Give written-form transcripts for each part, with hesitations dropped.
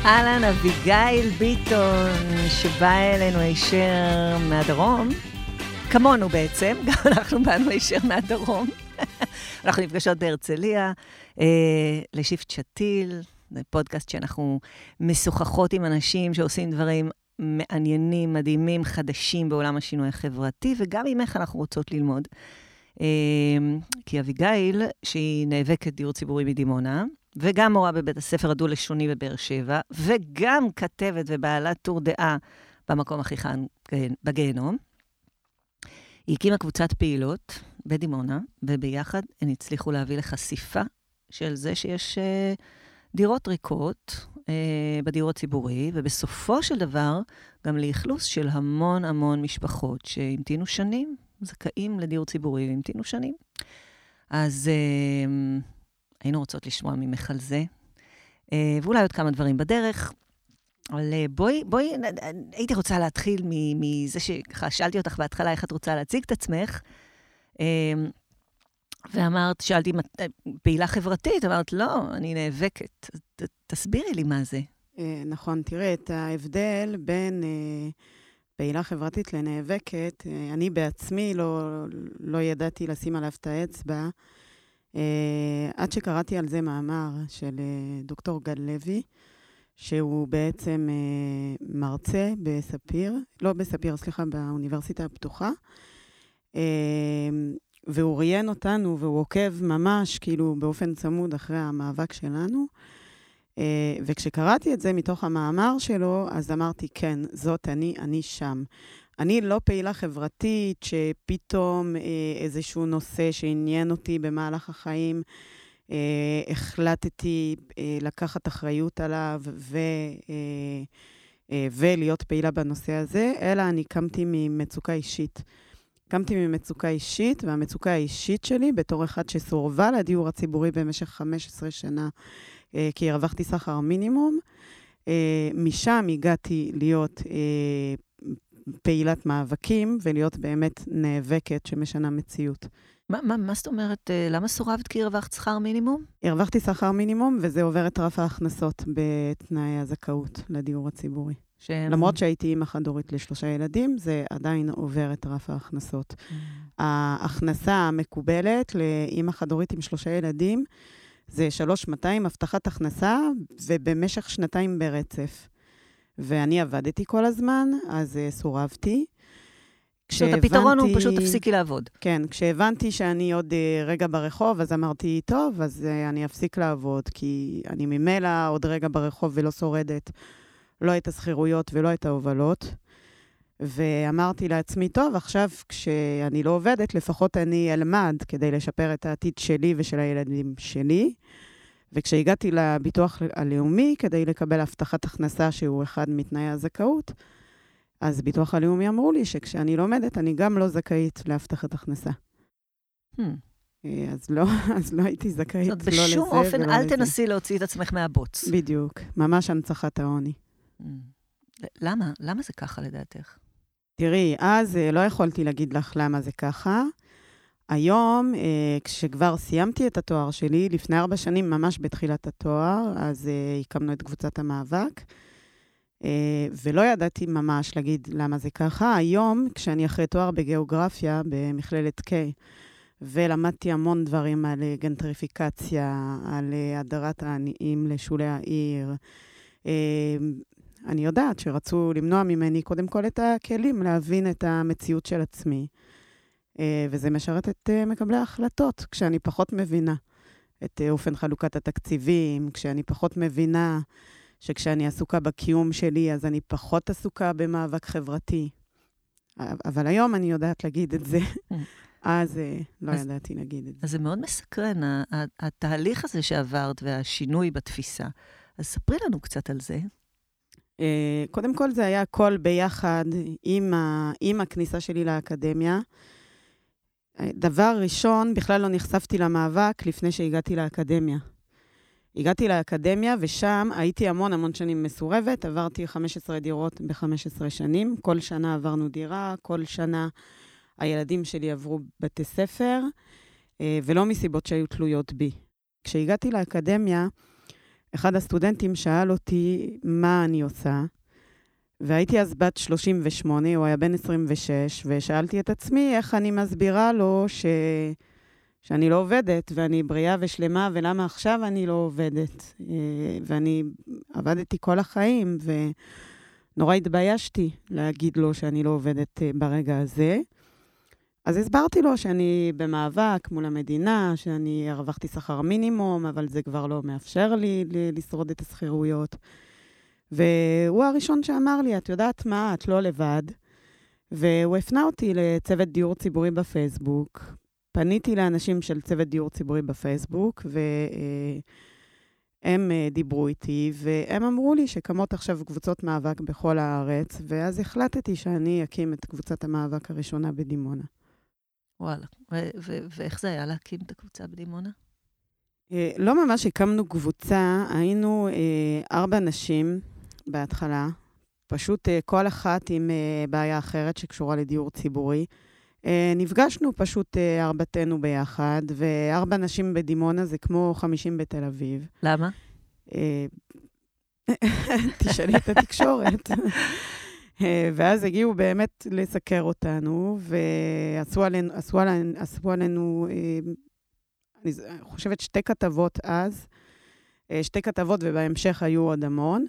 אהלן, אביגיל ביטון, שבאה אלינו הישר מהדרום, כמונו בעצם, גם אנחנו באנו הישר מהדרום. אנחנו נפגשות בהרצליה, לשיפט שתיל, זה פודקאסט שאנחנו משוחחות עם אנשים שעושים דברים מעניינים, מדהימים, חדשים בעולם השינוי החברתי, וגם ממך אנחנו רוצות ללמוד. כי אביגיל, שהיא נאבקת דיור ציבורי מדימונה, וגם מורה בבית הספר הדו-לשוני בבאר שבע, וגם כתבת ובעלת טור דעה במקום הכי חם בגיהנום. היא הקימה קבוצת פעילות בדימונה, וביחד הן הצליחו להביא לחשיפה של זה שיש דירות ריקות בדיור הציבורי, ובסופו של דבר גם לאכלוס של המון המון משפחות שהמתינו שנים, זכאים לדיור ציבורי והמתינו שנים. אז היינו רוצות לשמוע ממך על זה, ואולי עוד כמה דברים בדרך, אבל בואי, הייתי רוצה להתחיל מזה ששאלתי אותך בהתחלה איך את רוצה להציג את עצמך, ואמרת, שאלתי, פעילה חברתית, אמרת, לא, אני נאבקת. תסבירי לי מה זה. נכון, תראה, את ההבדל בין פעילה חברתית לנאבקת, אני בעצמי לא ידעתי לשים עליו את האצבע, עד שקראתי על זה מאמר של דוקטור גד לוי, שהוא בעצם מרצה בספיר, לא בספיר, סליחה, באוניברסיטה הפתוחה, והוא ראיין אותנו, והוא עוקב ממש כאילו באופן צמוד אחרי המאבק שלנו, וכשקראתי את זה מתוך המאמר שלו, אז אמרתי, כן, זאת אני שם. אני לא פעילה חברתית שפתאום איזשהו נושא שעניין אותי במהלך החיים, החלטתי לקחת אחריות עליו ולהיות פעילה בנושא הזה, אלא אני קמתי ממצוקה אישית. קמתי ממצוקה אישית, והמצוקה האישית שלי, בתור אחד שסורבה לדיור הציבורי במשך 15 שנה, כי הרווחתי שכר מינימום, משם הגעתי להיות פעילת מאבקים, ולהיות באמת נאבקת שמשנה מציאות. מה זאת אומרת, למה סורבת כי הרווחת שכר מינימום? הרווחתי שכר מינימום, וזה עובר את רף ההכנסות בתנאי הזכאות לדיור הציבורי. למרות שהייתי אמא חד-הורית ל3 ילדים, זה עדיין עובר את רף ההכנסות. ההכנסה המקובלת לאמא חד-הורית עם 3 ילדים, זה 3,200 הבטחת הכנסה, ובמשך 2 ברצף. ואני עבדתי כל הזמן, אז סורבתי. זאת הפתרון הוא פשוט תפסיקי לעבוד. כן, כשהבנתי שאני עוד רגע ברחוב, אז אמרתי, טוב, אז אני אפסיק לעבוד, כי אני ממילא עוד רגע ברחוב ולא שורדת, לא את הסחירויות ולא את ההובלות. ואמרתי לעצמי, טוב, עכשיו כשאני לא עובדת, לפחות אני אלמד כדי לשפר את העתיד שלי ושל הילדים שלי. וכשהגעתי לביטוח הלאומי, כדי לקבל הבטחת הכנסה שהוא אחד מתנאי הזכאות, אז ביטוח הלאומי אמרו לי שכשאני לומדת, אני גם לא זכאית להבטחת הכנסה. אז לא הייתי זכאית, לא לזה ולא לזה. בשום אופן, אל תנסי להוציא את עצמך מהבוץ. בדיוק, ממש הנצחת העוני. למה? למה זה ככה לדעתך? תראי, אז לא יכולתי להגיד לך למה זה ככה. היום, כשכבר סיימתי את התואר שלי, לפני 4 שנים, ממש בתחילת התואר, אז הקמנו את קבוצת המאבק, ולא ידעתי ממש להגיד למה זה ככה. היום, כשאני אחרי תואר בגיאוגרפיה, במכללת K, ולמדתי המון דברים על גנטריפיקציה, על הדרת העניים לשולי העיר, אני יודעת שרצו למנוע ממני קודם כל את הכלים, להבין את המציאות של עצמי. וזה משרת את מקבלי ההחלטות, כשאני פחות מבינה את אופן חלוקת התקציבים, כשאני פחות מבינה שכשאני עסוקה בקיום שלי, אז אני פחות עסוקה במאבק חברתי. אבל היום אני יודעת להגיד את זה, אז לא ידעתי להגיד את זה. אז זה מאוד מסקרן, התהליך הזה שעברת והשינוי בתפיסה. אז ספרי לנו קצת על זה. קודם כל זה היה הכל ביחד עם הכניסה שלי לאקדמיה. דבר ראשון, בכלל לא נחשפתי למאבק לפני שהגעתי לאקדמיה. הגעתי לאקדמיה ושם הייתי המון שנים מסורבת, עברתי 15 דירות ב-15 שנים, כל שנה עברנו דירה, כל שנה הילדים שלי עברו בתי ספר, ולא מסיבות שהיו תלויות בי. כשהגעתי לאקדמיה, אחד הסטודנטים שאל אותי מה אני עושה, והייתי אז בת 38, הוא היה בן 26, ושאלתי את עצמי איך אני מסבירה לו שאני לא עובדת, ואני בריאה ושלמה, ולמה עכשיו אני לא עובדת. ואני עבדתי כל החיים, ונורא התביישתי להגיד לו שאני לא עובדת ברגע הזה. אז הסברתי לו שאני במאבק מול המדינה, שאני הרווחתי שכר מינימום, אבל זה כבר לא מאפשר לי לשרוד את הסחירויות. והוא הראשון שאמר לי, את יודעת מה, את לא לבד. והוא הפנה אותי לצוות דיור ציבורי בפייסבוק. פניתי לאנשים של צוות דיור ציבורי בפייסבוק, והם דיברו איתי, והם אמרו לי שקמות עכשיו קבוצות מאבק בכל הארץ, ואז החלטתי שאני אקים את קבוצת המאבק הראשונה בדימונה. וואלה, ואיך זה היה להקים את הקבוצה בדימונה? לא ממש הקמנו קבוצה, היינו 4 נשים בהתחלה, פשוט כל אחת עם בעיה אחרת שקשורה לדיור ציבורי. נפגשנו פשוט 4 ביחד, ו4 נשים בדימונה זה כמו 50 בתל אביב. למה? תשאלי את התקשורת. ואז הגיעו באמת לסקר אותנו, ועשו עלינו, אני חושבת 2 כתבות אז, 2 כתבות ובהמשך היו עוד המון.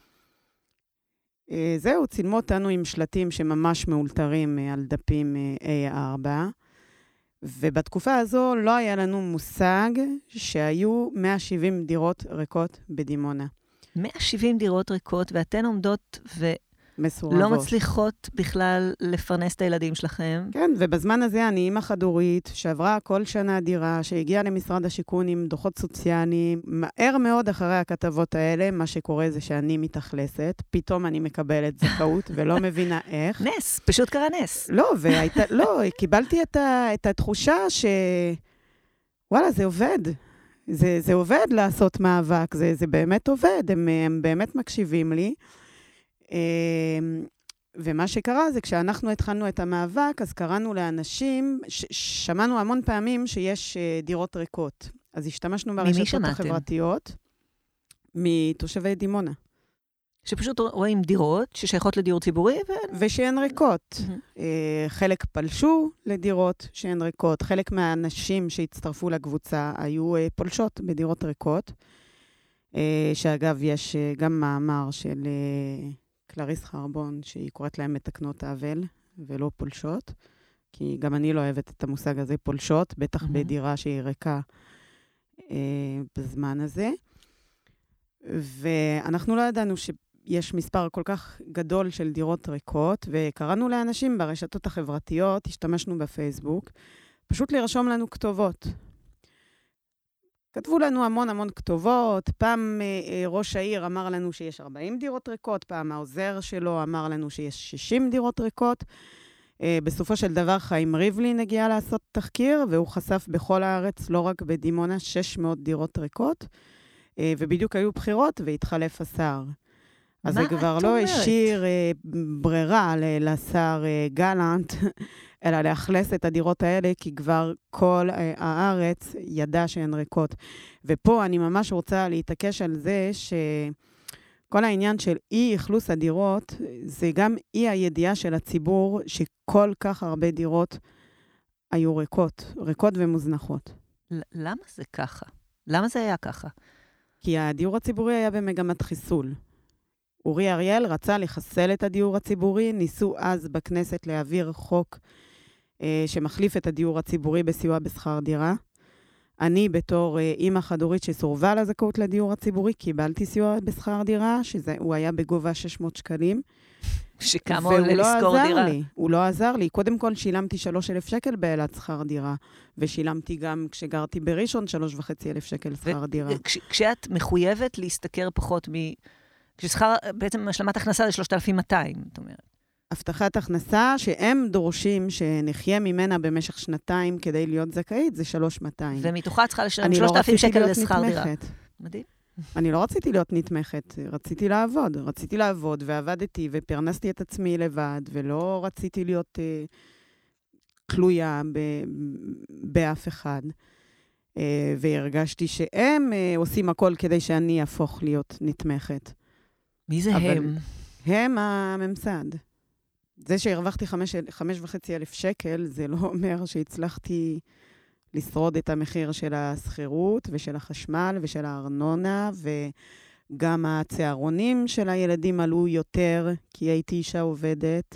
זהו, צילמו אותנו עם שלטים שממש מאולתרים על דפים A4, ובתקופה הזו לא היה לנו מושג שהיו 170 דירות ריקות בדימונה. 170 דירות ריקות, ואתן עומדות מסורבות. לא מצליחות בכלל לפרנס את הילדים שלכם. כן, ובזמן הזה אני אימא חד-הורית, שעברה כל שנה דירה, שהגיעה למשרד השיכון עם דוחות סוציאליים. מהר מאוד אחרי הכתבות האלה, מה שקורה זה שאני מתאכלסת, פתאום אני מקבלת זכאות ולא מבינה איך. נס, פשוט קרה נס. לא, קיבלתי את התחושה וואלה, זה עובד. זה עובד לעשות מאבק, זה באמת עובד, הם באמת מקשיבים לי. ומה שקרה זה כשאנחנו התחלנו את המאבק, אז קראנו לאנשים, שמענו המון פעמים שיש דירות ריקות. אז השתמשנו ברשתות החברתיות מתושבי דימונה. שפשוט רואים דירות ששייכות לדיור ציבורי ושהן ריקות. חלק פלשו לדירות שהן ריקות. חלק מהאנשים שהצטרפו לקבוצה היו פולשות בדירות ריקות. שאגב, יש גם מאמר של קלריס חרבון, שהיא קוראת להם מתקנות עוול ולא פולשות, כי גם אני לא אוהבת את המושג הזה פולשות, בטח בדירה שהיא ריקה בזמן הזה. ואנחנו לא ידענו שיש מספר כל כך גדול של דירות ריקות, וקראנו לאנשים ברשתות החברתיות, השתמשנו בפייסבוק, פשוט לרשום לנו כתובות. כתבו לנו המון כתובות, פעם ראש העיר אמר לנו שיש 40 דירות ריקות, פעם העוזר שלו אמר לנו שיש 60 דירות ריקות. בסופו של דבר חיים ריבלין הגיע לעשות תחקיר, והוא חשף בכל הארץ, לא רק בדימונה, 600 דירות ריקות, ובדיוק היו בחירות והתחלף השר. אז זה כבר לא השאיר ברירה לשר גלנט, אלא להכלס את הדירות האלה, כי כבר כל הארץ ידע שהן ריקות. ופה אני ממש רוצה להתעקש על זה שכל העניין של אי אכלוס הדירות, זה גם אי הידיעה של הציבור שכל כך הרבה דירות היו ריקות ומוזנחות. למה זה ככה? למה זה היה ככה? כי הדיור הציבורי היה במגמת חיסול. אורי אריאל רצה לחסל את הדיור הציבורי, ניסו אז בכנסת להעביר חוק שמחליף את הדיור הציבורי בסיוע בשכר דירה. אני בתור אימא חד-הורית שסורבה לזכאות לדיור הציבורי, קיבלתי סיוע בשכר דירה, שהוא היה בגובה 600 שקלים. שכמה עולה לשכור דירה? הוא לא עזר לי. קודם כל שילמתי 3,000 שקל בעלת שכר דירה, ושילמתי גם כשגרתי בראשון 3,500 שקל שכר דירה. כשאת מחויבת להשתכר פחות כששכר, בעצם השלמת הכנסה זה 3,200, זאת אומרת. הבטחת הכנסה שהם דורשים שנחיה ממנה במשך 2 כדי להיות זכאית, זה 3,200. ומתוכה צריכה לשלם 3,000 שקל לשכר דירה. מדהים. אני לא רציתי להיות נתמכת, רציתי לעבוד, ועבדתי ופרנסתי את עצמי לבד, ולא רציתי להיות תלויה באף אחד. והרגשתי שהם עושים הכל כדי שאני אהפוך להיות נתמכת. מי זה הם? הם הממסד. זה שהרווחתי 5,500 שקל, זה לא אומר שהצלחתי לשרוד את המחיר של הסחירות ושל החשמל ושל הארנונה, וגם הצהרונים של הילדים עלו יותר, כי הייתי אישה עובדת.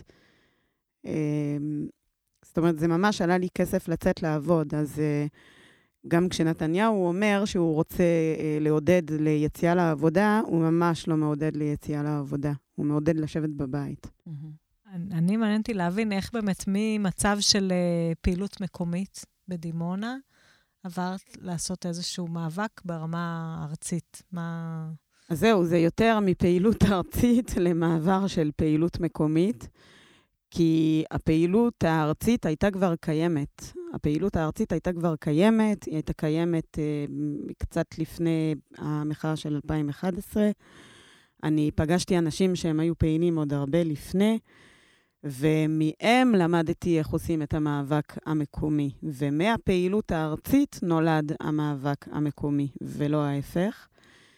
זאת אומרת, זה ממש עלה לי כסף לצאת לעבוד, אז גם כשנתניהו אומר שהוא רוצה לעודד ליציאה לעבודה, הוא ממש לא מעודד ליציאה לעבודה. הוא מעודד לשבת בבית. אני מעניינתי להבין איך באמת ממצב של פעילות מקומית בדימונה, עברת לעשות איזשהו מאבק ברמה הארצית. אז זהו, זה יותר מפעילות ארצית למעבר של פעילות מקומית, כי הפעילות הארצית הייתה כבר קיימת. הפעילות הארצית הייתה כבר קיימת, היא הייתה קיימת קצת לפני המחאה של 2011. אני פגשתי אנשים שהם היו פעילים עוד הרבה לפני, ומהם למדתי איך עושים את המאבק המקומי. ומהפעילות הארצית נולד המאבק המקומי, ולא ההפך.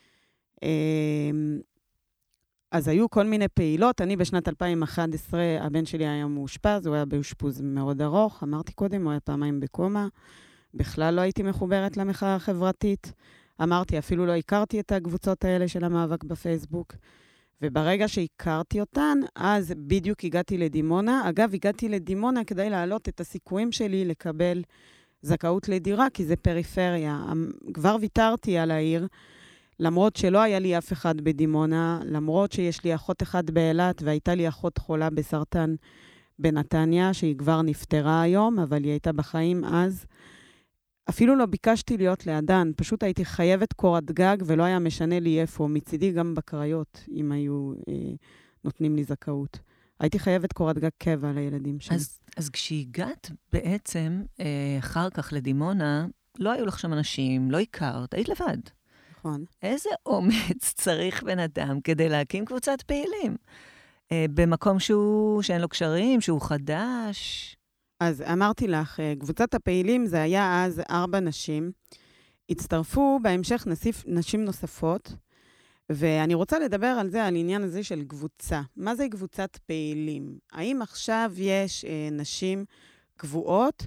אז היו כל מיני פעילות. אני בשנת 2011, הבן שלי היה מאושפז, הוא היה באושפוז מאוד ארוך. אמרתי קודם, הוא היה פעמיים בקומה. בכלל לא הייתי מחוברת למחאה החברתית. אמרתי, אפילו לא הכרתי את הקבוצות האלה של המאבק בפייסבוק. וברגע שהכרתי אותן, אז בדיוק הגעתי לדימונה. אגב, הגעתי לדימונה כדי להעלות את הסיכויים שלי לקבל זכאות לדירה, כי זה פריפריה. כבר ויתרתי על העיר, למרות שלא היה לי אף אחד בדימונה, למרות שיש לי אחות אחת באילת, והייתה לי אחות חולה בסרטן בנתניה, שהיא כבר נפטרה היום, אבל היא הייתה בחיים אז. אפילו לא ביקשתי להיות לידן, פשוט הייתי חייבת קורת גג, ולא היה משנה לי איפה, מצידי גם בקריות, אם היו נותנים לי זכאות. הייתי חייבת קורת גג קבע לילדים שלי. אז כשהגעת בעצם אחר כך לדימונה, לא היו לך שם אנשים, לא הכרת, היית לבד. נכון. איזה אומץ צריך בן אדם כדי להקים קבוצת פעילים? במקום שאין לו קשרים, שהוא חדש? אז אמרתי לך, קבוצת הפעילים זה היה אז 4 נשים. הצטרפו בהמשך נשים נוספות, ואני רוצה לדבר על זה, על עניין הזה של קבוצה. מה זה קבוצת פעילים? האם עכשיו יש נשים קבועות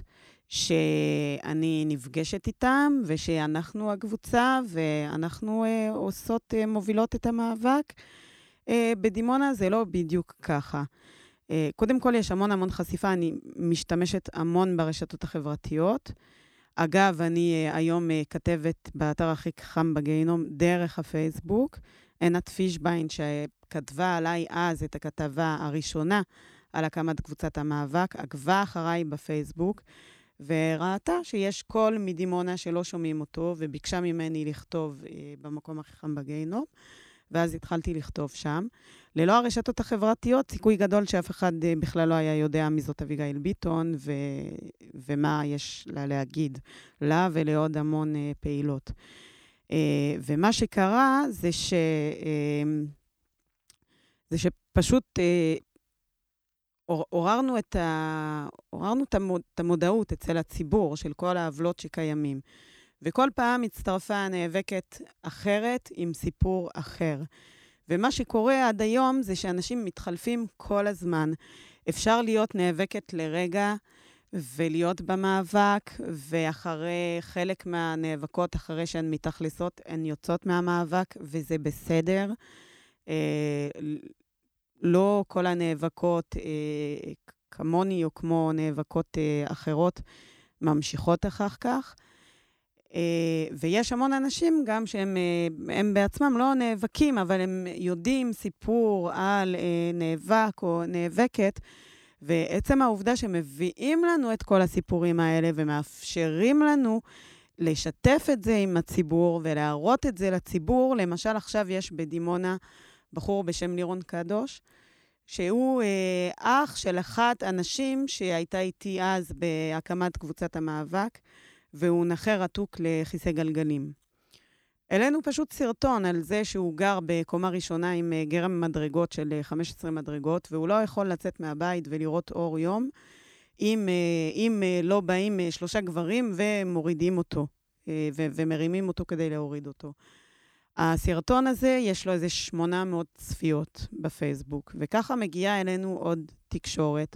שאני נפגשת איתם, ושאנחנו הקבוצה, ואנחנו מובילות את המאבק? בדימונה זה לא בדיוק ככה. קודם כל, יש המון חשיפה, אני משתמשת המון ברשתות החברתיות. אגב, אני היום כתבת באתר הכי חם בגיהנום דרך הפייסבוק. עינת פישביין, שכתבה עליי אז את הכתבה הראשונה על הקמת קבוצת המאבק, עקבה אחריי בפייסבוק, וראתה שיש קול מדימונה שלא שומעים אותו, וביקשה ממני לכתוב במקום הכי חם בגיהנום. ואז התחלתי לכתוב שם. ללא הרשתות החברתיות, סיכוי גדול שאף אחד בכלל לא היה יודע מי זאת אביגיל ביטון, ומה יש לה להגיד לה ולעוד המון פעילות. ומה שקרה זה שפשוט עוררנו את המודעות אצל הציבור של כל העוולות שקיימים. וכל פעם הצטרפה נאבקת אחרת עם סיפור אחר. ומה שקורה עד היום זה שאנשים מתחלפים כל הזמן. אפשר להיות נאבקת לרגע ולהיות במאבק, ואחרי חלק מהנאבקות, אחרי שהן מתאכלסות, הן יוצאות מהמאבק, וזה בסדר. לא כל הנאבקות כמוני או כמו נאבקות אחרות ממשיכות אחר כך. ויש המון אנשים גם שהם בעצמם לא נאבקים, אבל הם יודעים סיפור על נאבק או נאבקת, ועצם העובדה שמביאים לנו את כל הסיפורים האלה ומאפשרים לנו לשתף את זה עם הציבור ולהראות את זה לציבור. למשל, עכשיו יש בדימונה בחור בשם לירון קדוש, שהוא אח של אחת אנשים שהייתה איתי אז בהקמת קבוצת המאבק, והוא נכה רתוק לכיסא גלגלים. אלינו פשוט סרטון על זה שהוא גר בקומה ראשונה עם גרם מדרגות של 15 מדרגות, והוא לא יכול לצאת מהבית ולראות אור יום, אם לא באים 3 גברים ומורידים אותו ומרימים אותו כדי להוריד אותו. הסרטון הזה, יש לו איזה 800 צפיות בפייסבוק, וככה מגיעה אלינו עוד תקשורת.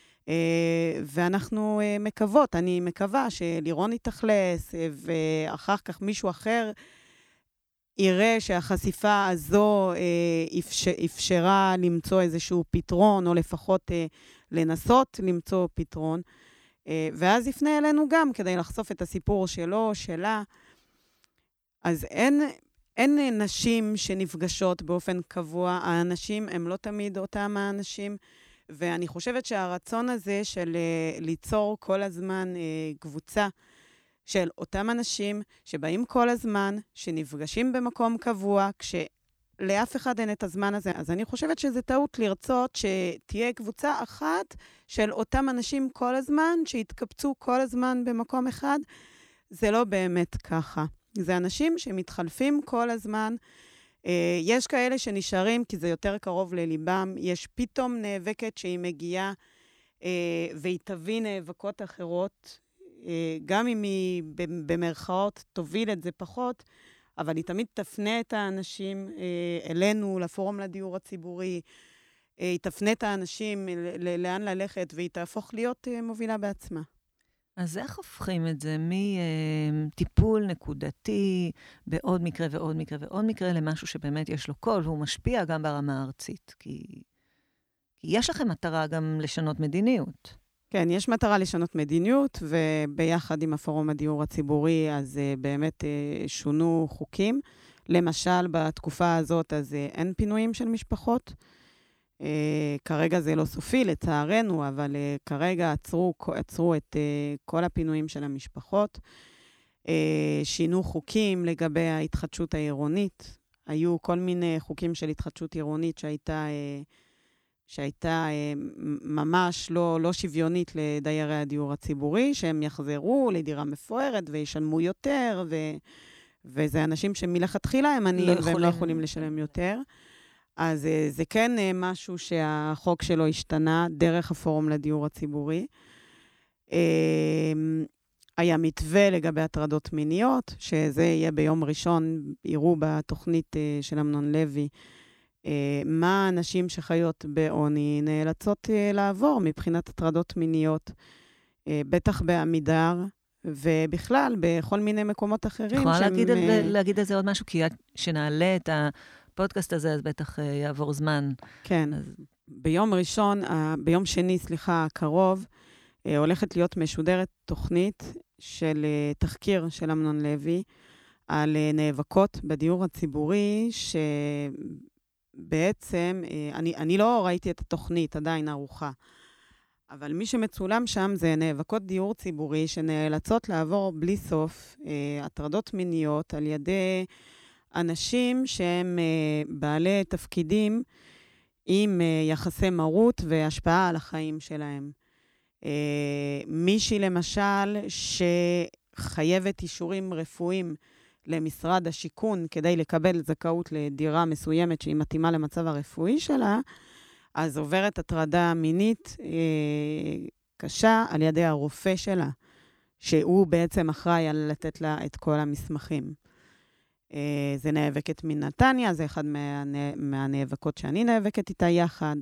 ואנחנו מקוות, אני מקווה שלירון יתאכלס, ואחר כך מישהו אחר יראה שהחשיפה הזו אפשרה למצוא איזשהו פתרון, או לפחות לנסות למצוא פתרון, ואז יפנה אלינו גם כדי לחשוף את הסיפור שלו, שלה. אז אין נשים שנפגשות באופן קבוע, האנשים הם לא תמיד אותם האנשים, ואני חושבת שהרצון הזה של ליצור כל הזמן קבוצה של אותם אנשים שבאים כל הזמן, שנפגשים במקום קבוע, כשלאף אחד אין את הזמן הזה. אז אני חושבת שזה טעות לרצות שתהיה קבוצה אחת של אותם אנשים כל הזמן, שהתקבצו כל הזמן במקום אחד. זה לא באמת ככה. זה אנשים שמתחלפים כל הזמן. יש כאלה שנשארים כי זה יותר קרוב לליבם. יש פתאום נאבקת שהיא מגיעה והיא תביא נאבקות אחרות, גם אם היא במרכאות תוביל את זה פחות, אבל היא תמיד תפנה את האנשים אלינו, לפורום לדיור הציבורי, היא תפנה את האנשים לאן ללכת, והיא תהפוך להיות מובילה בעצמה. אז איך הופכים את זה מטיפול נקודתי בעוד מקרה ועוד מקרה ועוד מקרה, למשהו שבאמת יש לו קול, והוא משפיע גם ברמה הארצית? כי יש לכם מטרה גם לשנות מדיניות. כן, יש מטרה לשנות מדיניות, וביחד עם הפורום הדיור הציבורי, אז באמת שונו חוקים. למשל, בתקופה הזאת, אז אין פינויים של משפחות. כרגע זה לא סופי, לצערנו, אבל כרגע עצרו את כל הפינויים של המשפחות. שינו חוקים לגבי ההתחדשות העירונית. היו כל מיני חוקים של התחדשות עירונית שהייתה ממש לא שוויונית לדיירי הדיור הציבורי, שהם יחזרו לדירה מפוארת וישלמו יותר, וזה אנשים שמלכתחילה הם עניים והם לא יכולים לשלם יותר. אז זה כן משהו שהחוק שלו השתנה דרך הפורום לדיור הציבורי. היה מתווה לגבי הטרדות מיניות, שזה יהיה ביום ראשון, יראו בתוכנית של אמנון לוי, מה הנשים שחיות בעוני נאלצות לעבור מבחינת הטרדות מיניות, בטח בעמידר, ובכלל בכל מיני מקומות אחרים. יכולה להגיד על זה עוד משהו, כי שנעלה את הפודקאסט הזה, אז בטח יעבור זמן. כן, אז ביום שני, הקרוב, הולכת להיות משודרת תוכנית של תחקיר של אמנון לוי, על נאבקות בדיור הציבורי, שבעצם, אני לא ראיתי את התוכנית, עדיין ערוכה, אבל מי שמצולם שם זה נאבקות דיור ציבורי, שנאלצות לעבור בלי סוף הטרדות מיניות על ידי אנשים שהם בעלי תפקידים עם יחסי מרות והשפעה על החיים שלהם. מישהי למשל שחייבת אישורים רפואיים למשרד השיכון כדי לקבל זכאות לדירה מסוימת שהיא מתאימה למצב הרפואי שלה, אז עוברת הטרדה מינית קשה על ידי הרופא שלה, שהוא בעצם אחראי על לתת לה את כל המסמכים. זה נאבקת מנתניה, זה אחד מהנאבקות שאני נאבקת איתה יחד.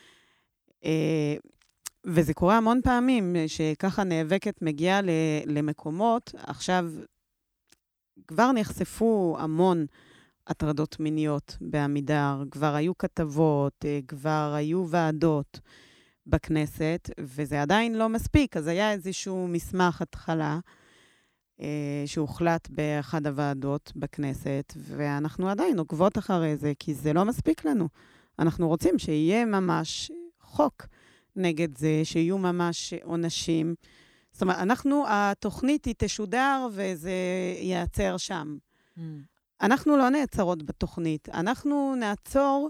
וזה קורה המון פעמים, שככה נאבקת מגיעה למקומות, עכשיו כבר נחשפו המון הטרדות מיניות בעמידר, כבר היו כתבות, כבר היו ועדות בכנסת, וזה עדיין לא מספיק, אז היה איזשהו מסמך התחלה, שהוחלט באחד הוועדות בכנסת, ואנחנו עדיין עוקבות אחרי זה, כי זה לא מספיק לנו. אנחנו רוצים שיהיה ממש חוק נגד זה, שיהיו ממש עונשים. זאת אומרת, התוכנית היא תשודר, וזה ייעצר שם. אנחנו לא נעצרות בתוכנית. אנחנו נעצור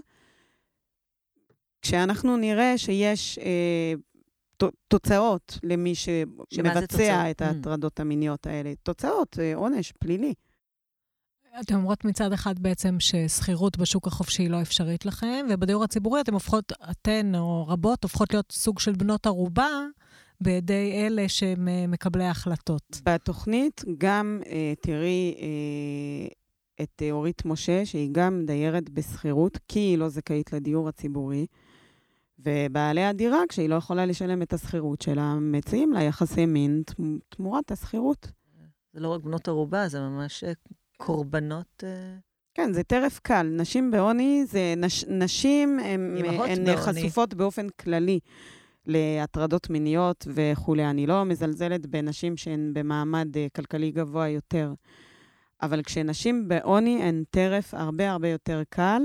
כשאנחנו נראה שיש תוצאות למי שמבצע את ההטרדות המיניות האלה. תוצאות, עונש פלילי. אתם אומרות מצד אחד בעצם שסחירות בשוק החופשי לא אפשרית לכם, ובדיור הציבורי אתן או רבות הופכות להיות סוג של בנות ערובה, בידי אלה שהם מקבלי ההחלטות. בתוכנית גם תראי את אורית משה, שהיא גם דיירת בסחירות, כי היא לא זכאית לדיור הציבורי, ובעלי הדירה, כשהיא לא יכולה לשלם את הסחירות שלה, מציעים לה יחסי מין תמורת הסחירות. זה לא רק בנות ערובה, זה ממש קורבנות... כן, זה טרף קל. נשים בעוני, זה נשים הן חשופות באופן כללי להטרדות מיניות וכו'. אני לא מזלזלת בנשים שהן במעמד כלכלי גבוה יותר. אבל כשנשים בעוני הן טרף הרבה הרבה יותר קל,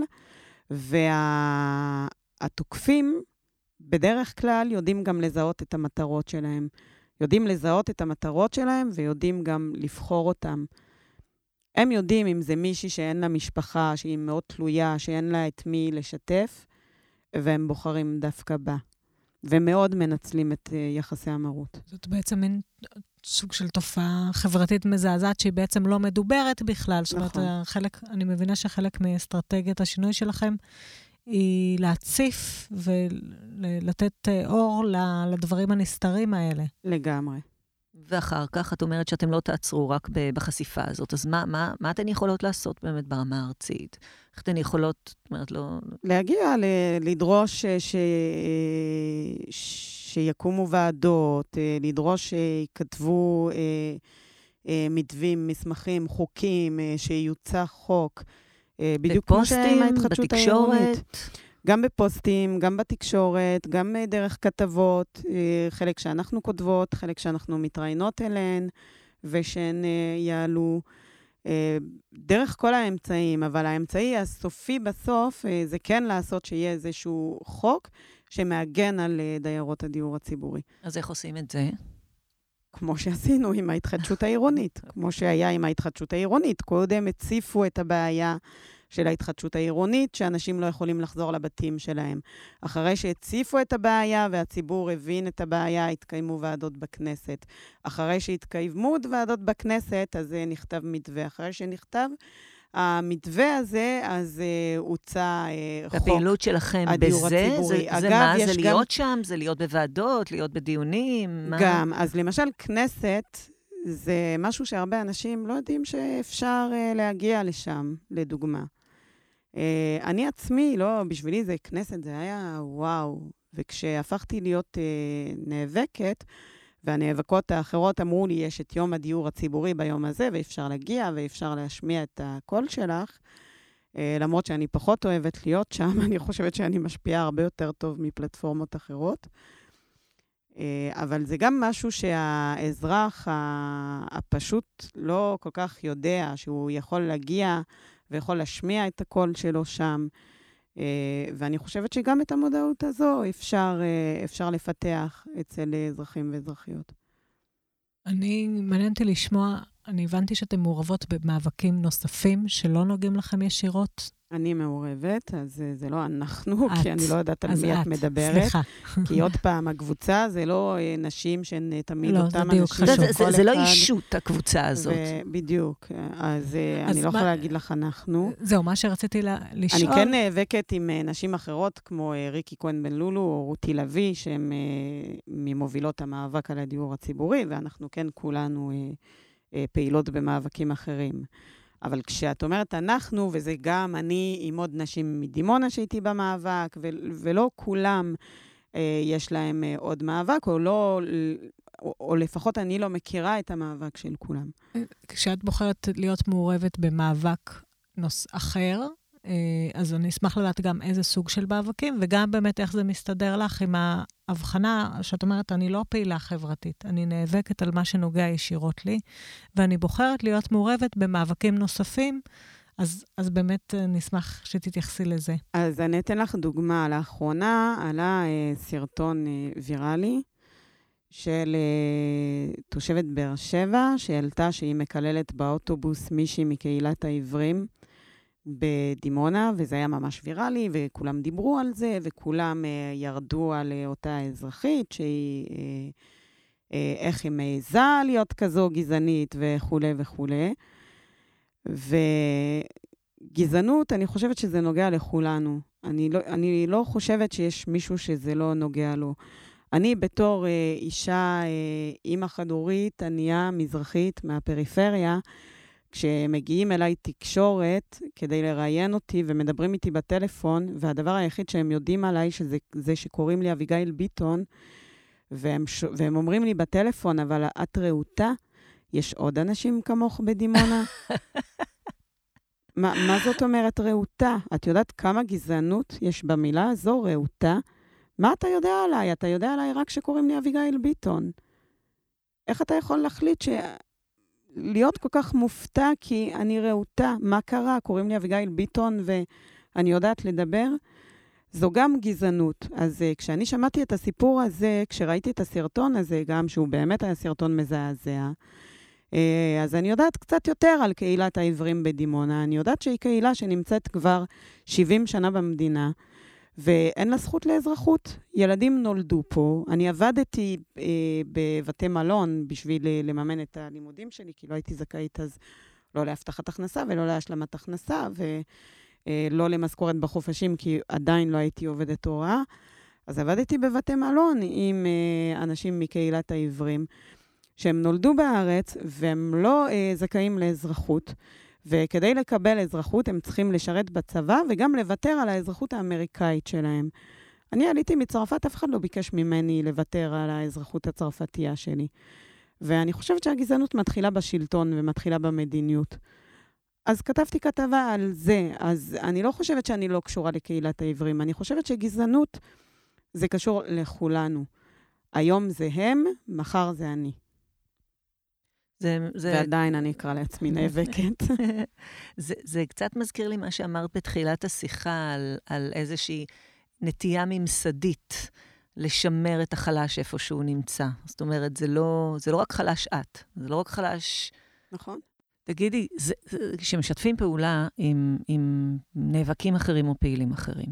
והתוקפים בדרך כלל יודעים גם לזהות את המטרות שלהם. יודעים לזהות את המטרות שלהם ויודעים גם לבחור אותם. הם יודעים אם זה מישהי שאין לה משפחה, שהיא מאוד תלויה, שאין לה את מי לשתף, והם בוחרים דווקא בה. ומאוד מנצלים את יחסי המרות. זאת בעצם מין סוג של תופעה חברתית מזעזעת, שהיא בעצם לא מדוברת בכלל. זאת אומרת, אני מבינה שחלק מאסטרטגיית השינוי שלכם, היא להציף ולתת אור לדברים הנסתרים האלה. לגמרי. ואחר כך את אומרת שאתם לא תעצרו רק בחשיפה הזאת. אז מה אתן יכולות לעשות באמת ברמה הארצית? איך אתן יכולות, זאת אומרת, לא... להגיע, לדרוש שיקומו ועדות, לדרוש שיכתבו מתווים, מסמכים, חוקים, שיוצא חוק. בדיוק כמו שעם ההתחדשות העירונית. גם בפוסטים, גם בתקשורת, גם דרך כתבות, חלק שאנחנו כותבות, חלק שאנחנו מתראיינות אליהן, ושהן יעלו דרך כל האמצעים, אבל האמצעי הסופי בסוף, זה כן לעשות שיהיה איזשהו חוק שמאגן על דיירות הדיור הציבורי. אז איך עושים את זה? כמו שעשינו עם ההתחדשות העירונית, כמו שהיה עם ההתחדשות העירונית. קודם הציפו את הבעיה של ההתחדשות העירונית, שאנשים לא יכולים לחזור לבתים שלהם. אחרי שהציפו את הבעיה והציבור הבין את הבעיה, התקיימו ועדות בכנסת. אחרי שהתקיימו ועדות בכנסת, אז נכתב מתווה. אחרי שנכתב המתווה הזה, אז הוצא חוק הפעילות שלכם הדיור בזה, הציבורי. זה אגב, מה? זה גם... להיות שם? זה להיות בוועדות? להיות בדיונים? גם. אז למשל, כנסת זה משהו שהרבה אנשים לא יודעים שאפשר להגיע לשם, לדוגמה. אני עצמי, לא, בשבילי זה כנסת, זה היה וואו. וכשהפכתי להיות נאבקת, והנאבקות האחרות אמרו לי, יש את יום הדיור הציבורי ביום הזה, ואפשר להגיע ואפשר להשמיע את הקול שלך, למרות שאני פחות אוהבת להיות שם, אני חושבת שאני משפיעה הרבה יותר טוב מפלטפורמות אחרות. אבל זה גם משהו שהאזרח הפשוט לא כל כך יודע, שהוא יכול להגיע ויכול להשמיע את הקול שלו שם. ואני חושבת שגם את המודעות הזו אפשר לפתח אצל אזרחים ואזרחיות. מעניינתי לשמוע, אני הבנתי שאתם מעורבות במאבקים נוספים שלא נוגעים לכם ישירות. אני מעורבת, אז זה לא אנחנו, כי אני לא יודעת על מי את מדברת. סליחה. כי עוד פעם, הקבוצה זה לא נשים שהן תמיד לא, אותם אנשים. זה לא אישות, הקבוצה הזאת. בדיוק. אז אני לא יכולה להגיד לך אנחנו. זהו, מה שרציתי לשאול. אני כן נאבקת עם נשים אחרות, כמו ריקי כהן בן לולו, או רותי לוי, שהן ממובילות המאבק על הדיור הציבורי, ואנחנו כן כולנו פעילות במאבקים אחרים. אבל כשאת אומרת אנחנו, וזה גם אני עם עוד נשים מדימונה שהייתי במאבק, ולא כולם יש להם עוד מאבק, או לפחות אני לא מכירה את המאבק של כולם. כשאת בוחרת להיות מעורבת במאבק אחר, אז אני אשמח לדעת גם איזה סוג של מאבקים, וגם באמת איך זה מסתדר לך עם ההבחנה, שאת אומרת, אני לא פעילה חברתית, אני נאבקת על מה שנוגע ישירות לי, ואני בוחרת להיות מעורבת במאבקים נוספים, אז באמת נשמח שתתייחסי לזה. אז אני אתן לך דוגמה. לאחרונה עלה סרטון ויראלי של תושבת באר שבע, שהעלתה שהיא מקללת באוטובוס מישהי מקהילת העברים, בדימונה, וזה היה ממש ויראלי, וכולם דיברו על זה, וכולם ירדו על אותה אזרחית, שהיא, איך היא מעיזה להיות כזו גזענית, וכו' וכו'. וגזענות, אני חושבת שזה נוגע לכולנו. אני לא חושבת שיש מישהו שזה לא נוגע לו. אני בתור אישה, אימא חד-הורית, ענייה, מזרחית, מהפריפריה, כשמגיעים אליי תקשורת כדי לראיין אותי ומדברים איתי בטלפון, והדבר היחיד שהם יודעים עליי שזה שקוראים לי אביגיל ביטון, והם אומרים לי בטלפון, אבל את רעותה? יש עוד אנשים כמוך בדימונה? מה זאת אומרת רעותה? את יודעת כמה גזענות יש במילה הזו, רעותה? מה אתה יודע עליי? אתה יודע עליי רק שקוראים לי אביגיל ביטון. איך אתה יכול להחליט להיות כל כך מופתע כי אני רעותה? מה קרה? קוראים לי אביגיל ביטון ואני יודעת לדבר? זו גם גזענות. אז כשאני שמעתי את הסיפור הזה, כשראיתי את הסרטון הזה, גם שהוא באמת היה סרטון מזעזע, אז אני יודעת קצת יותר על קהילת העברים בדימונה. אני יודעת שהיא קהילה שנמצאת כבר 70 שנה במדינה, ואין לה זכות לאזרחות. ילדים נולדו פה. אני עבדתי בבתי מלון בשביל לממן את הלימודים שלי, כי לא הייתי זכאית אז לא להבטחת הכנסה ולא להשלמת הכנסה, ולא למשכורת בחופשים, כי עדיין לא הייתי עובדת הוראה. אז עבדתי בבתי מלון עם אנשים מקהילת העברים, שהם נולדו בארץ והם לא זכאים לאזרחות, וכדי לקבל אזרחות הם צריכים לשרת בצבא וגם לוותר על האזרחות האמריקאית שלהם. אני עליתי מצרפת, אף אחד לא ביקש ממני לוותר על האזרחות הצרפתייה שלי. ואני חושבת שהגזענות מתחילה בשלטון ומתחילה במדיניות. אז כתבתי כתבה על זה, אז אני לא חושבת שאני לא קשורה לקהילת העברים, אני חושבת שגזענות זה קשור לכולנו. היום זה הם, מחר זה אני. ועדיין אני אקרא לעצמי נאבקת. זה קצת מזכיר לי מה שאמרת בתחילת השיחה, על איזושהי נטייה ממסדית לשמר את החלש איפה שהוא נמצא. זאת אומרת, זה לא רק חלש את, זה לא רק חלש... נכון. תגידי, כשמשתפים פעולה עם נאבקים אחרים או פעילים אחרים,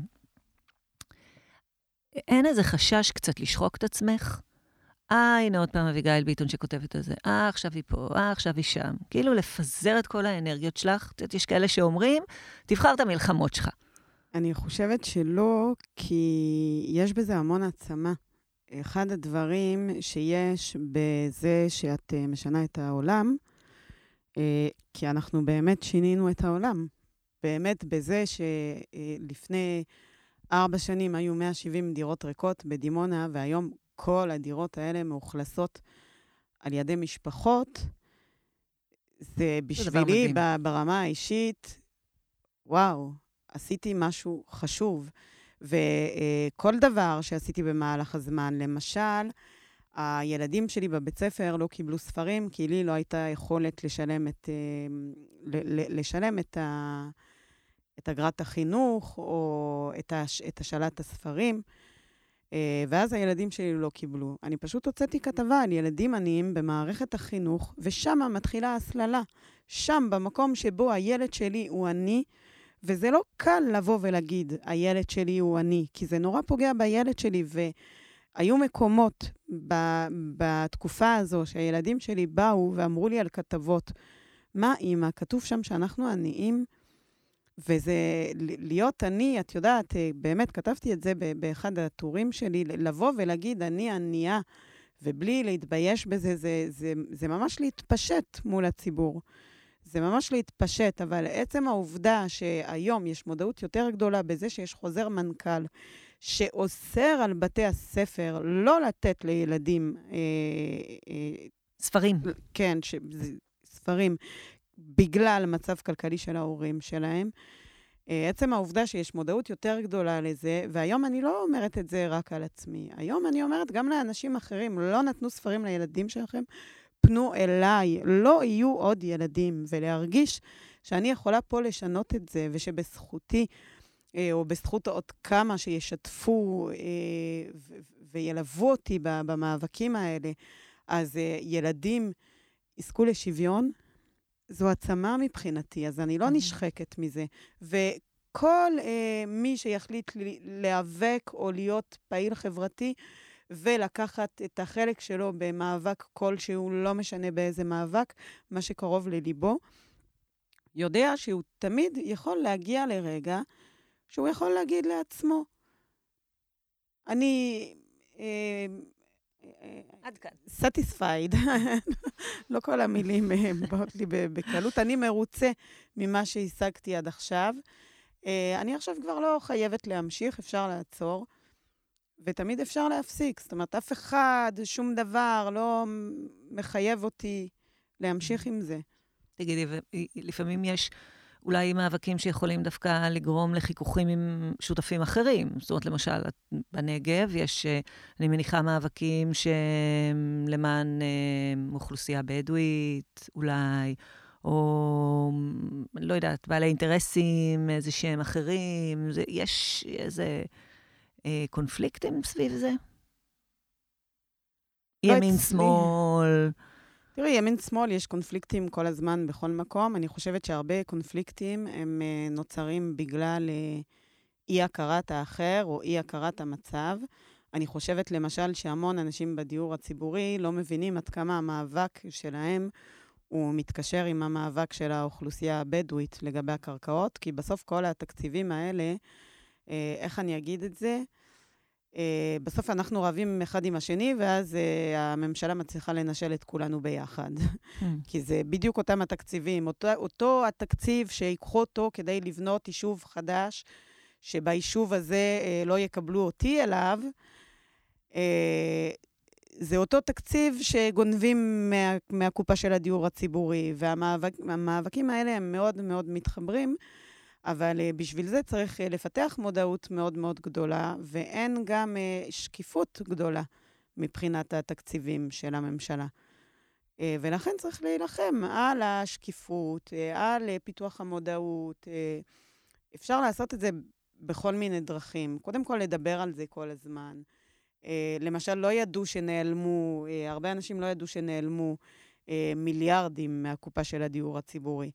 אין איזה חשש קצת לשחוק את עצמך? הנה עוד פעם אביגיל ביטון שכותבת על זה. עכשיו היא פה, עכשיו היא שם. כאילו לפזר את כל האנרגיות שלך. יש כאלה שאומרים, תבחר את המלחמות שלך. אני חושבת שלא, כי יש בזה המון עצמה. אחד הדברים שיש בזה שאת משנה את העולם, כי אנחנו באמת שינינו את העולם. באמת בזה שלפני 4 שנים היו 170 דירות ריקות בדימונה, והיום כל הדירות האלה מאוכלסות על ידי משפחות. זה בשבילי, ברמה האישית, וואו, עשיתי משהו חשוב. וכל דבר שעשיתי במהלך הזמן, למשל, הילדים שלי בבית ספר לא קיבלו ספרים, כי לי לא הייתה יכולת לשלם את אגרת החינוך, או את השאלת הספרים. ואז הילדים שלי לא קיבלו. אני פשוט הוצאתי כתבה על ילדים עניים במערכת החינוך, ושם מתחילה הסללה. שם, במקום שבו הילד שלי הוא עני, וזה לא קל לבוא ולהגיד, הילד שלי הוא עני, כי זה נורא פוגע בילד שלי, והיו מקומות בתקופה הזו שהילדים שלי באו ואמרו לי על כתבות, מה אמא? כתוב שם שאנחנו עניים, וזה להיות אני, את יודעת, באמת כתבתי את זה באחד הטורים שלי, לבוא ולהגיד אני ענייה, ובלי להתבייש בזה, זה ממש להתפשט מול הציבור. זה ממש להתפשט, אבל עצם העובדה שהיום יש מודעות יותר גדולה בזה שיש חוזר מנכ"ל, שאוסר על בתי הספר לא לתת לילדים ספרים. כן, ספרים. בגלל מצב כלכלי של ההורים שלהם. עצם העובדה שיש מודעות יותר גדולה לזה, והיום אני לא אומרת את זה רק על עצמי. היום אני אומרת גם לאנשים אחרים, לא נתנו ספרים לילדים שלכם, פנו אליי, לא יהיו עוד ילדים, ולהרגיש שאני יכולה פה לשנות את זה, ושבזכותי, או בזכות עוד כמה שישתפו וילוו אותי במאבקים האלה, אז ילדים יזכו לשוויון, זו עצמה מבחינתי, אז אני לא נשחקת מזה. וכל מי שיחליט להיאבק או להיות פעיל חברתי, ולקחת את החלק שלו במאבק כלשהו, לא משנה באיזה מאבק, מה שקרוב לליבו, יודע שהוא תמיד יכול להגיע לרגע, שהוא יכול להגיד לעצמו, אני עד כאן. satisfied. לא כל המילים באות לי בקלות. אני מרוצה ממה שהשגתי עד עכשיו. אני עכשיו כבר לא חייבת להמשיך, אפשר לעצור, ותמיד אפשר להפסיק. זאת אומרת, אף אחד, שום דבר לא מחייב אותי להמשיך עם זה. תגידי, לפעמים יש אולי מאבקים שיכולים דווקא לגרום לחיכוכים עם שותפים אחרים. זאת אומרת, למשל, בנגב יש, אני מניחה, מאבקים שלמען אוכלוסייה בדואית, אולי, או, לא יודעת, בעלי אינטרסים, איזה שהם אחרים. יש איזה קונפליקטים סביב זה? ימין, שמאל. תראי, ימין-שמאל יש קונפליקטים כל הזמן בכל מקום. אני חושבת שהרבה קונפליקטים הם נוצרים בגלל אי-הכרת האחר או אי-הכרת המצב. אני חושבת למשל שהמון אנשים בדיור הציבורי לא מבינים עד כמה המאבק שלהם הוא מתקשר עם המאבק של האוכלוסייה הבדואית לגבי הקרקעות, כי בסוף כל התקציבים האלה, איך אני אגיד את זה? בסוף אנחנו רבים אחד עם השני, ואז הממשלה מצליחה לנשל את כולנו ביחד. כי זה בדיוק אותם התקציבים. אותו התקציב שיקחו אותו כדי לבנות יישוב חדש, שביישוב הזה לא יקבלו אותי אליו, זה אותו תקציב שגונבים מהקופה של הדיור הציבורי, והמאבקים האלה הם מאוד מאוד מתחברים, אבל בשביל זה צריך לפתח מודעות מאוד מאוד גדולה, ואין גם שקיפות גדולה מבחינת התקציבים של הממשלה. ולכן צריך להילחם על השקיפות, על פיתוח המודעות. אפשר לעשות את זה בכל מיני דרכים. קודם כל לדבר על זה כל הזמן. למשל, לא ידעו שנעלמו, הרבה אנשים לא ידעו שנעלמו מיליארדים מהקופה של הדיור הציבורי.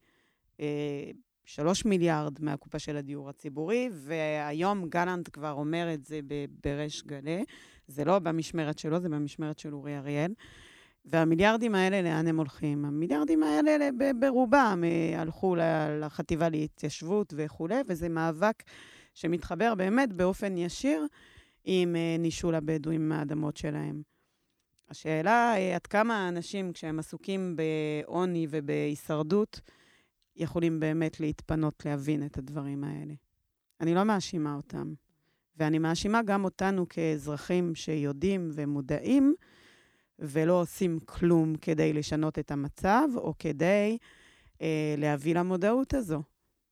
3 מיליארד מהקופה של הדיור הציבורי, והיום גלנט כבר אומר את זה בריש גלי. זה לא במשמרת שלו, זה במשמרת של אורי אריאל. והמיליארדים האלה, לאן הם הולכים? המיליארדים האלה ברובם הלכו לחטיבה להתיישבות וכו', וזה מאבק שמתחבר באמת באופן ישיר עם נישול הבדואים מהאדמות שלהם. השאלה, עד כמה האנשים, כשהם עסוקים בעוני ובהישרדות, יכולים באמת להתפנות להבין את הדברים האלה. אני לא מאשימה אותם, ואני מאשימה גם אותנו כאזרחים שיודעים ומודעים, ולא עושים כלום כדי לשנות את המצב, או כדי להביא למודעות הזו.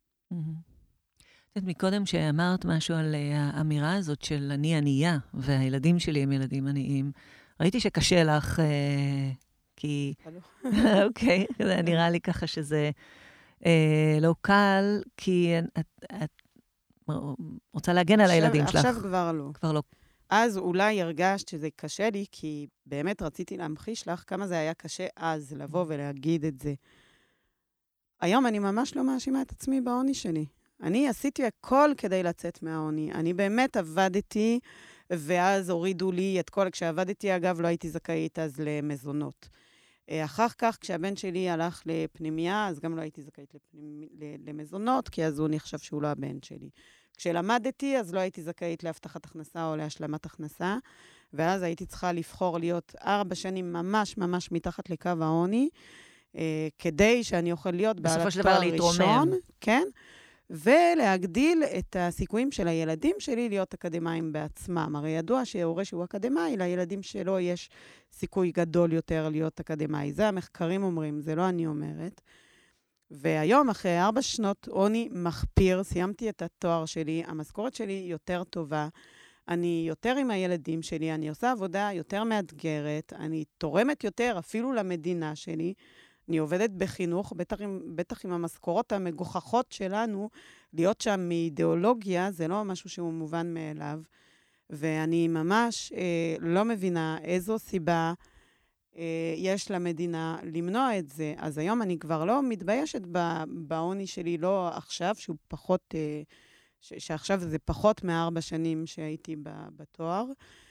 מקודם שאמרת משהו על האמירה הזאת של אני ענייה, והילדים שלי הם ילדים עניים, ראיתי שקשה לך, כי... אוקיי, זה נראה לי ככה שזה לא קל, כי את רוצה להגן על הילדים שלך. עכשיו כבר לא. כבר לא. אז אולי הרגשת שזה קשה לי, כי באמת רציתי להמחיש לך כמה זה היה קשה אז לבוא ולהגיד את זה. היום אני ממש לא מאשימה את עצמי בעוני שלי. אני עשיתי הכל כדי לצאת מהעוני. אני באמת עבדתי, ואז הורידו לי את כל... כשעבדתי, אגב, לא הייתי זכאית אז למזונות. אחר כך, כשהבן שלי הלך לפנימיה, אז גם לא הייתי זכאית למזונות, כי אז הוא נחשב שהוא לא הבן שלי. כשלמדתי, אז לא הייתי זכאית להבטחת הכנסה או להשלמת הכנסה, ואז הייתי צריכה לבחור להיות 4 שנים ממש ממש מתחת לקו העוני, כדי שאני אוכל להיות בעלת תואר ראשון, כן? ולהגדיל את הסיכויים של הילדים שלי להיות אקדמיים בעצמם. הרי ידוע שההורה שהוא אקדמאי, לילדים שלו יש סיכוי גדול יותר להיות אקדמאי. זה המחקרים אומרים, זה לא אני אומרת. והיום, אחרי 4 שנות עוני מחפיר, סיימתי את התואר שלי, המשכורת שלי יותר טובה, אני יותר עם הילדים שלי, אני עושה עבודה יותר מאתגרת, אני תורמת יותר אפילו למדינה שלי, אני עובדת בחינוך, בטח עם המשכורות המגוחכות שלנו, להיות שם מאידיאולוגיה, זה לא משהו שהוא מובן מאליו, ואני ממש לא מבינה איזו סיבה יש למדינה למנוע את זה. אז היום אני כבר לא מתביישת בעוני שלי, לא עכשיו, שהוא פחות, שעכשיו זה פחות מ4 שנים שהייתי בתואר.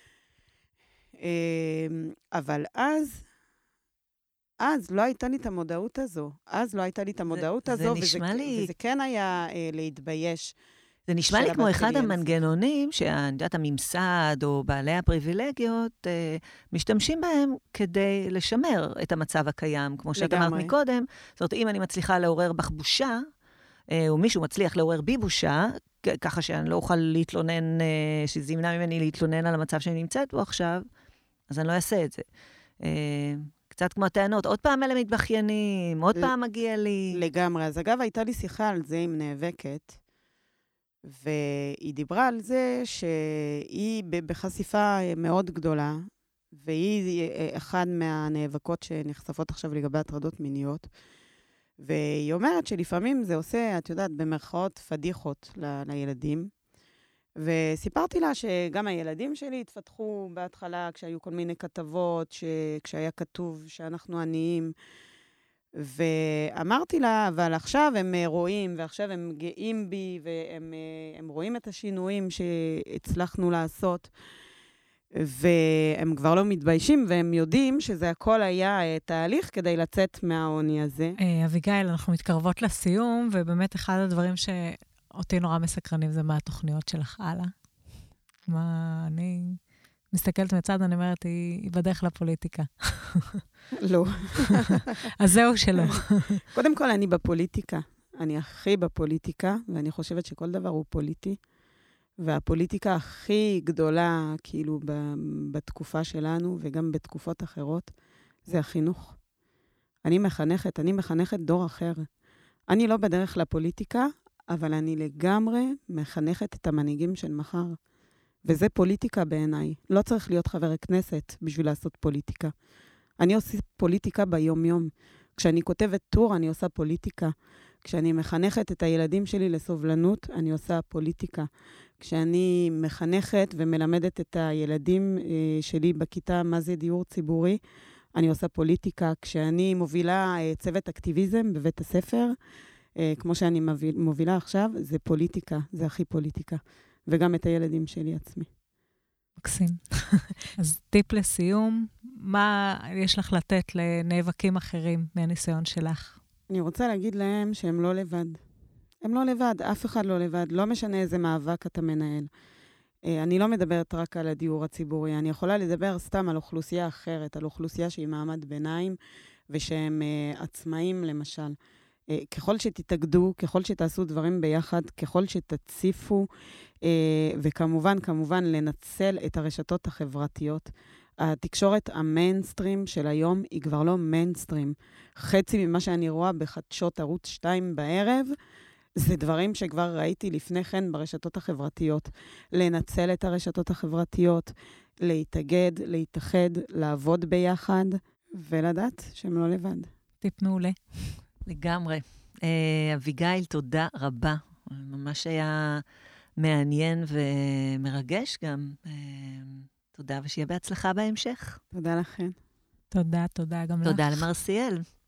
אבל אז לא הייתה לי את המודעות הזו. וזה כן היה להתבייש. זה נשמע לי כמו אחד המנגנונים שאני יודעת, הממסד או בעלי הפריבילגיות משתמשים בהם כדי לשמר את המצב הקיים, כמו שאת אמרת מקודם. זאת אומרת, אם אני מצליחה לעורר בך בושה, או מישהו מצליח לעורר בי בושה, ככה שאני לא אוכל להתלונן, שזה ימנע ממני להתלונן על המצב שאני נמצאת בו עכשיו, אז אני לא אעשה את זה. קצת כמו הטענות, עוד פעם אלה מתבחיינים, עוד פעם מגיע לי. לגמרי. אז אגב, הייתה לי שיחה על זה עם נאבקת, והיא דיברה על זה שהיא בחשיפה מאוד גדולה, והיא אחד מהנאבקות שנחשפות עכשיו לגבי הטרדות מיניות, והיא אומרת שלפעמים זה עושה, את יודעת, במרכאות פדיחות לילדים, וסיפרתי לה שגם הילדים שלי התפתחו בהתחלה, כשהיו כל מיני כתבות, כשהיה כתוב שאנחנו עניים, ואמרתי לה, אבל עכשיו הם רואים, ועכשיו הם גאים בי, והם רואים את השינויים שהצלחנו לעשות, והם כבר לא מתביישים, והם יודעים שזה הכל היה תהליך כדי לצאת מהעוני הזה. אביגיל, אנחנו מתקרבות לסיום, ובאמת אחד הדברים שאותי נורא מסקרנים זה מה התוכניות שלך הלאה. אני מסתכלת מצד, אני אומרת, היא בדרך לפוליטיקה. לא. אז זהו שלא. קודם כל, אני בפוליטיקה. אני הכי בפוליטיקה, ואני חושבת שכל דבר הוא פוליטי. והפוליטיקה הכי גדולה, כאילו, בתקופה שלנו, וגם בתקופות אחרות, זה החינוך. אני מחנכת דור אחר. אני לא בדרך לפוליטיקה, אבל אני לגמרי מחנכת את המנהיגים של מחר. וזה פוליטיקה בעיניי. לא צריך להיות חבר כנסת בשביל לעשות פוליטיקה. אני עושה פוליטיקה ביום-יום. כשאני כותבת טור, אני עושה פוליטיקה. כשאני מחנכת את הילדים שלי לסובלנות, אני עושה פוליטיקה. כשאני מחנכת ומלמדת את הילדים שלי בכיתה מה זה דיור ציבורי, אני עושה פוליטיקה. כשאני מובילה צוות אקטיביזם בבית הספר, כמו שאני מובילה עכשיו, זה פוליטיקה, זה הכי פוליטיקה. וגם את הילדים שלי עצמי. מקסים. אז טיפ לסיום, מה יש לך לתת לנאבקים אחרים מהניסיון שלך? אני רוצה להגיד להם שהם לא לבד. הם לא לבד, אף אחד לא לבד. לא משנה איזה מאבק אתה מנהל. אני לא מדברת רק על הדיור הציבורי. אני יכולה לדבר סתם על אוכלוסייה אחרת, על אוכלוסייה שהיא מעמד ביניים, ושהם עצמאים למשל. ככל שתתאגדו, ככל שתעשו דברים ביחד, ככל שתציפו, וכמובן, לנצל את הרשתות החברתיות. התקשורת המיינסטרים של היום היא כבר לא מיינסטרים. חצי ממה שאני רואה בחדשות ערוץ 2 בערב, זה דברים שכבר ראיתי לפני כן ברשתות החברתיות. לנצל את הרשתות החברתיות, להתאגד, להתאחד, לעבוד ביחד, ולדעת שהם לא לבד. טיפ מעולה. לגמרי. אביגיל, תודה רבה. ממש היה מעניין ומרגש גם. תודה, ושיהיה בהצלחה בהמשך. תודה לכם. תודה גם לך. תודה למרסיאל.